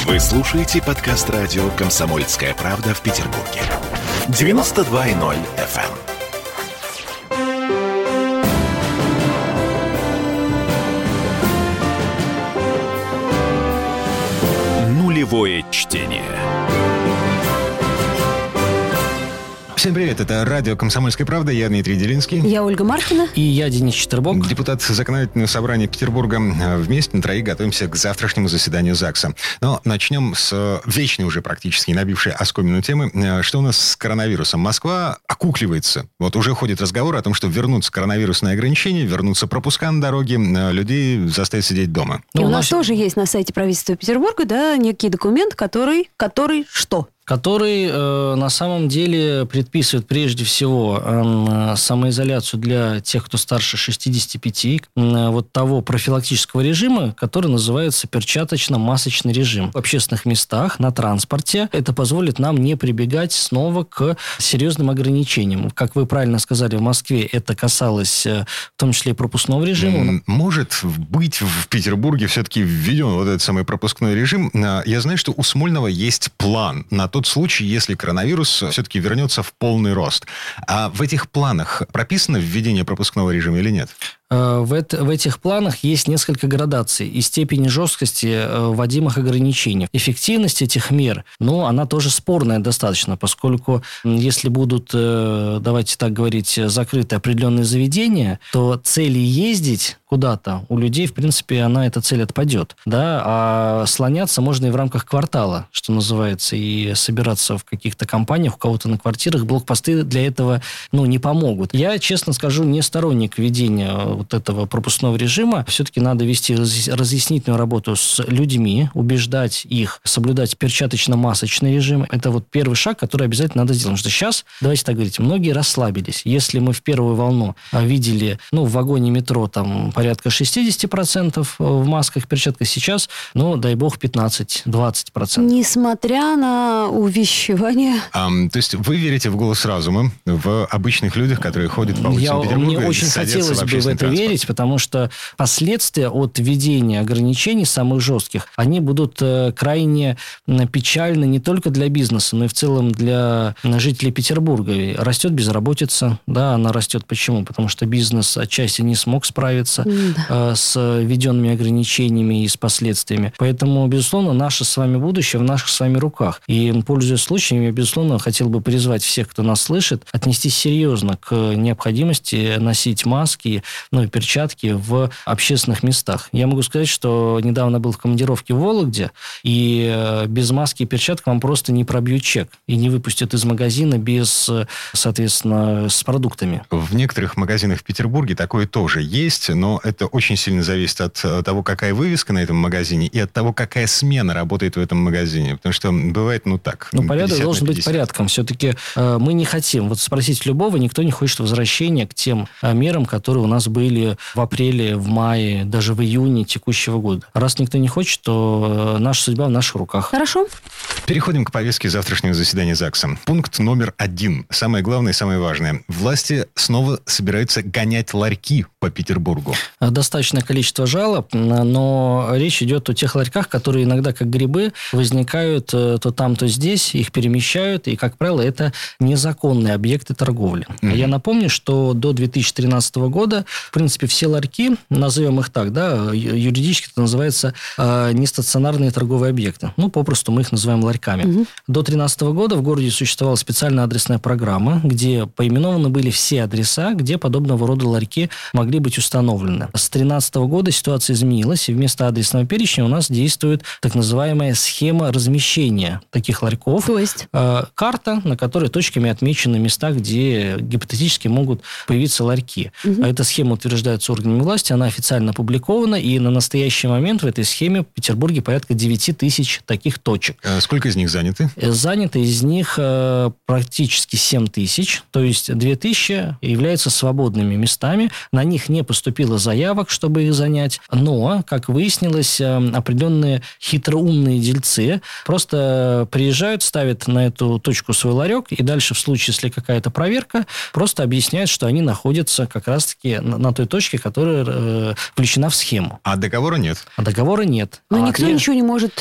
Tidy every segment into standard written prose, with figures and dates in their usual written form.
Вы слушаете подкаст радио «Комсомольская правда» в Петербурге. 92.0 FM. Нулевое чтение. Всем привет, это радио «Комсомольская правда», я Дмитрий Делинский. Я Ольга Маркина. И я Денис Четербок. Депутат Законодательного собрания Петербурга. Вместе на троих готовимся к завтрашнему заседанию ЗАГСа. Но начнем с вечной уже практически набившей оскомину темы. Что у нас с коронавирусом? Москва окукливается. Вот уже ходит разговор о том, что вернутся коронавирусные ограничения, вернутся пропуска на дороге, людей заставят сидеть дома. И у нас тоже есть на сайте правительства Петербурга, да, некий документ, который что? Который на самом деле предписывает прежде всего самоизоляцию для тех, кто старше 65, вот того профилактического режима, который называется перчаточно-масочный режим. В общественных местах, на транспорте это позволит нам не прибегать снова к серьезным ограничениям. Как вы правильно сказали, в Москве это касалось в том числе и пропускного режима. Может быть в Петербурге все-таки введен вот этот самый пропускной режим. Я знаю, что у Смольного есть план на тот случай, если коронавирус все-таки вернется в полный рост. А в этих планах прописано введение пропускного режима или нет? В этих планах есть несколько градаций и степени жесткости вводимых ограничений. Эффективность этих мер, она тоже спорная достаточно, поскольку если будут, давайте так говорить, закрыты определенные заведения, то цели ездить куда-то у людей, в принципе, эта цель отпадет. Да? А слоняться можно и в рамках квартала, что называется, и собираться в каких-то компаниях, у кого-то на квартирах. Блокпосты для этого не помогут. Я, честно скажу, не сторонник введения вот этого пропускного режима. Все-таки надо вести разъяснительную работу с людьми, убеждать их соблюдать перчаточно-масочный режим. Это вот первый шаг, который обязательно надо сделать. Потому что сейчас, давайте так говорить, многие расслабились. Если мы в первую волну видели, в вагоне метро там порядка 60% в масках, перчатках, сейчас, дай бог, 15-20%. Несмотря на увещевания. То есть вы верите в голос разума, в обычных людях, которые ходят по улицам Петербурга? Мне очень хотелось бы в это верить, потому что последствия от введения ограничений самых жестких, они будут крайне печальны не только для бизнеса, но и в целом для жителей Петербурга. Растет безработица, она растет. Почему? Потому что бизнес отчасти не смог справиться с введенными ограничениями и с последствиями. Поэтому, безусловно, наше с вами будущее в наших с вами руках. И, пользуясь случаем, я, безусловно, хотел бы призвать всех, кто нас слышит, отнестись серьезно к необходимости носить маски, и перчатки в общественных местах. Я могу сказать, что недавно был в командировке в Вологде, и без маски и перчаток вам просто не пробьют чек и не выпустят из магазина соответственно, с продуктами. В некоторых магазинах в Петербурге такое тоже есть, но это очень сильно зависит от того, какая вывеска на этом магазине и от того, какая смена работает в этом магазине. Потому что бывает так. Порядок должен быть порядком. Все-таки мы не хотим. Вот спросить любого, никто не хочет возвращения к тем мерам, которые у нас были в апреле, в мае, даже в июне текущего года. Раз никто не хочет, то наша судьба в наших руках. Хорошо. Переходим к повестке завтрашнего заседания ЗАГСа. Пункт номер 1. Самое главное и самое важное. Власти снова собираются гонять ларьки по Петербургу. Достаточное количество жалоб, но речь идет о тех ларьках, которые иногда, как грибы, возникают то там, то здесь, их перемещают, и, как правило, это незаконные объекты торговли. Я напомню, что до 2013 года, в принципе, все ларьки, назовем их так, юридически это называется нестационарные торговые объекты. Попросту мы их называем ларьками. До 2013 года в городе существовала специальная адресная программа, где поименованы были все адреса, где подобного рода ларьки могли быть установлены. С 2013 года ситуация изменилась, и вместо адресного перечня у нас действует так называемая схема размещения таких ларьков. То есть? Карта, на которой точками отмечены места, где гипотетически могут появиться ларьки. Эта схема утверждается органами власти, она официально опубликована, и на настоящий момент в этой схеме в Петербурге порядка 9 тысяч таких точек. Сколько Сколько из них заняты? Заняты из них практически 7 тысяч, то есть 2 тысячи являются свободными местами. На них не поступило заявок, чтобы их занять. Но, как выяснилось, определенные хитроумные дельцы просто приезжают, ставят на эту точку свой ларек, и дальше, в случае, если какая-то проверка, просто объясняют, что они находятся как раз-таки на той точке, которая включена в схему. А договора нет? А договора нет. Но никто ничего не может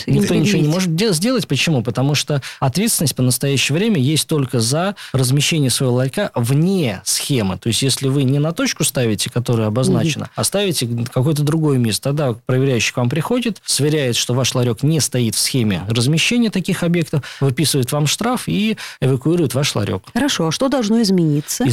сделать. Почему? Потому что ответственность по настоящее время есть только за размещение своего ларька вне схемы. То есть, если вы не на точку ставите, которая обозначена, а ставите какое-то другое место, тогда проверяющий к вам приходит, сверяет, что ваш ларек не стоит в схеме размещения таких объектов, выписывает вам штраф и эвакуирует ваш ларек. Хорошо, а что должно измениться?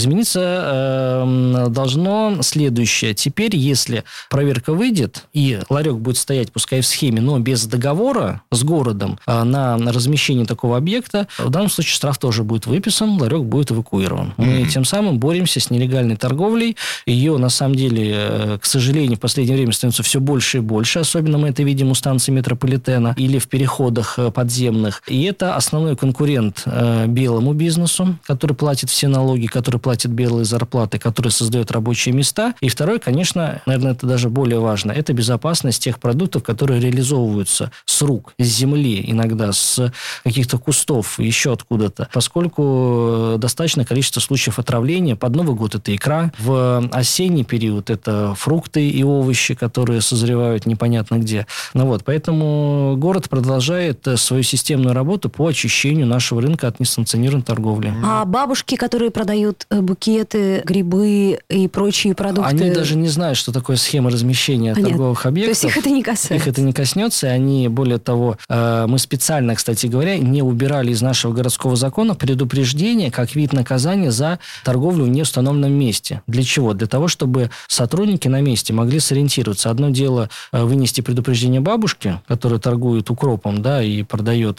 Измениться должно следующее. Теперь, если проверка выйдет, и ларек будет стоять, пускай в схеме, но без договора с городом на размещение такого объекта, в данном случае штраф тоже будет выписан, ларек будет эвакуирован. Мы тем самым боремся с нелегальной торговлей. Ее, на самом деле, к сожалению, в последнее время становится все больше и больше. Особенно мы это видим у станции метрополитена или в переходах подземных. И это основной конкурент белому бизнесу, который платит все налоги, который платит белые зарплаты, который создает рабочие места. И второй, конечно, наверное, это даже более важно, это безопасность тех продуктов, которые реализовываются с рук, с земли, иногда с каких-то кустов, еще откуда-то. Поскольку достаточное количество случаев отравления. Под Новый год это икра. В осенний период это фрукты и овощи, которые созревают непонятно где. Поэтому город продолжает свою системную работу по очищению нашего рынка от несанкционированной торговли. А бабушки, которые продают букеты, грибы и прочие продукты... Они даже не знают, что такое схема размещения торговых объектов. То есть их это не касается? Их это не коснется. И они, более того, мы специально, кстати говоря, не убирали из нашего городского закона предупреждение как вид наказания за торговлю в неустановленном месте. Для чего? Для того, чтобы сотрудники на месте могли сориентироваться. Одно дело вынести предупреждение бабушке, которая торгует укропом, и продает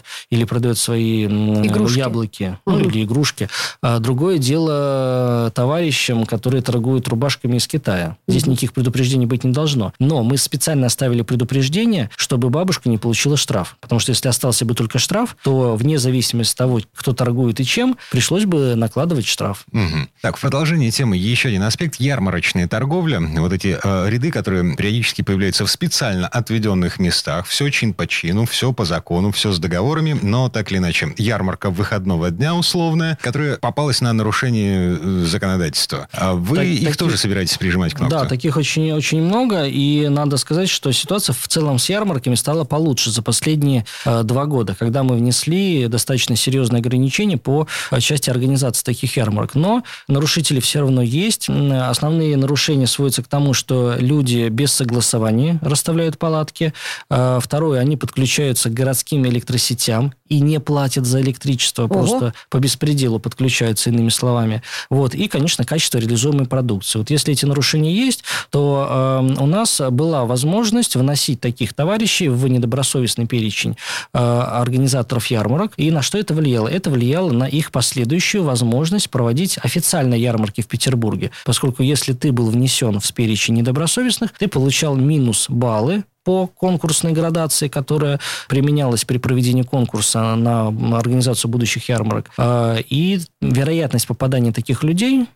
свои яблоки, или игрушки. А другое дело товарищам, которые торгуют рубашками из Китая. Здесь никаких предупреждений быть не должно. Но мы специально оставили предупреждение, чтобы бабушка не получила штраф. Потому что если остался бы только штраф, то вне зависимости от того, кто торгует и чем, пришлось бы накладывать штраф. Так, в продолжении темы еще один аспект. Ярмарочная торговля. Вот эти ряды, которые периодически появляются в специально отведенных местах. Все чин по чину, все по закону, все с договорами. Но так или иначе, ярмарка выходного дня условная, которая попалась на нарушение законодательства. А вы их тоже собираетесь прижимать к ногтю? Да, таких очень много. И надо сказать, что ситуация в целом с ярмарками стала получше за последние 2 года, когда мы внесли достаточно серьезные ограничения по части организации таких ярмарок. Но нарушители все равно есть. Основные нарушения сводятся к тому, что люди без согласования расставляют палатки. Второе, они подключаются к городским электросетям и не платят за электричество, просто по беспределу подключаются, иными словами. И, конечно, качество реализуемой продукции. Если эти нарушения есть, то у нас была возможность вносить таких товарищей в недобросовестный перечень организаторов ярмарок. И на что это влияло? Это влияло на их последующую возможность проводить официальные ярмарки в Петербурге. Поскольку если ты был внесен в перечень недобросовестных, ты получал минус баллы по конкурсной градации, которая применялась при проведении конкурса на организацию будущих ярмарок. И вероятность попадания таких людей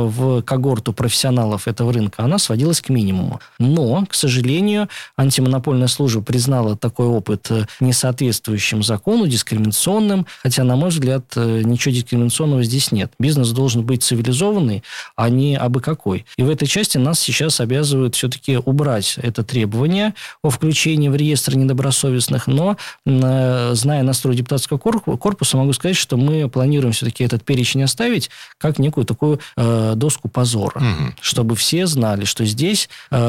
в когорту профессионалов этого рынка, она сводилась к минимуму. Но, к сожалению, антимонопольная служба признала такой опыт несоответствующим закону, дискриминационным, хотя, на мой взгляд, ничего дискриминационного здесь нет. Бизнес должен быть цивилизованный, а не абы какой. И в этой части нас сейчас обязывают все-таки убрать это требование о включении в реестр недобросовестных, но, зная настрой депутатского корпуса, могу сказать, что мы планируем все-таки этот перечень оставить как некую такую доску позора, чтобы все знали, что здесь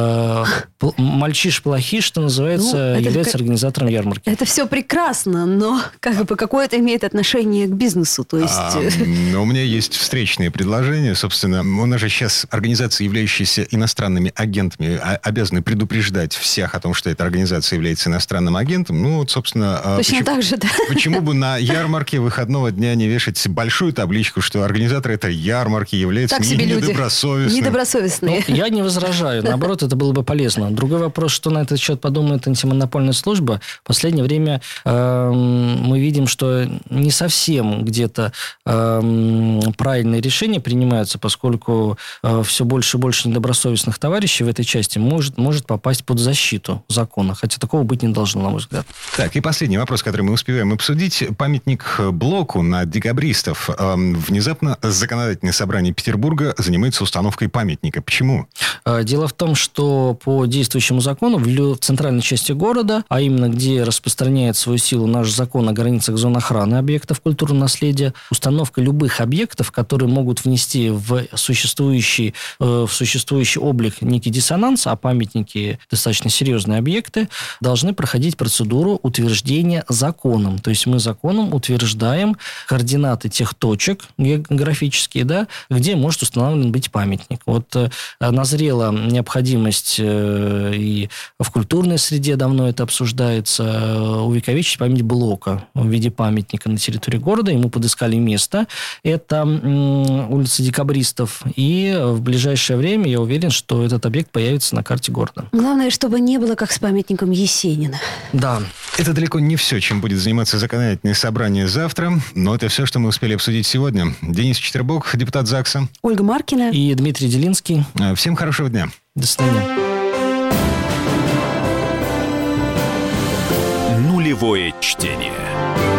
мальчиш-плохиш, что называется, является организатором ярмарки. Это все прекрасно, но какое это имеет отношение к бизнесу? То есть... У меня есть встречные предложения. Собственно, у нас же сейчас организации, являющиеся иностранными агентами, обязаны предупреждать всех о том, что что эта организация является иностранным агентом, ну, вот, собственно... Точно так же, да. Почему бы на ярмарке выходного дня не вешать большую табличку, что организатор этой ярмарки является недобросовестным? Недобросовестные. Ну, я не возражаю. Наоборот, это было бы полезно. Другой вопрос, что на этот счет подумает антимонопольная служба. В последнее время мы видим, что не совсем где-то правильные решения принимаются, поскольку все больше и больше недобросовестных товарищей в этой части может попасть под защиту закона. Хотя такого быть не должно, на мой взгляд. Так, и последний вопрос, который мы успеваем обсудить. Памятник Блоку на декабристов. Внезапно законодательное собрание Петербурга занимается установкой памятника. Почему? Дело в том, что по действующему закону в центральной части города, а именно где распространяет свою силу наш закон о границах зон охраны объектов культурного наследия, установка любых объектов, которые могут внести в существующий облик некий диссонанс, а памятники достаточно серьезные объекты, должны проходить процедуру утверждения законом. То есть мы законом утверждаем координаты тех точек географические, да, где может установлен быть памятник. Вот назрела необходимость, и в культурной среде давно это обсуждается, увековечить память Блока в виде памятника на территории города. Ему подыскали место. Это улица Декабристов. И в ближайшее время, я уверен, что этот объект появится на карте города. Главное, чтобы не было как с памятником Есенина. Да. Это далеко не все, чем будет заниматься законодательное собрание завтра, но это все, что мы успели обсудить сегодня. Денис Четербок, депутат ЗАГСа. Ольга Маркина. И Дмитрий Делинский. Всем хорошего дня. До свидания. Нулевое чтение.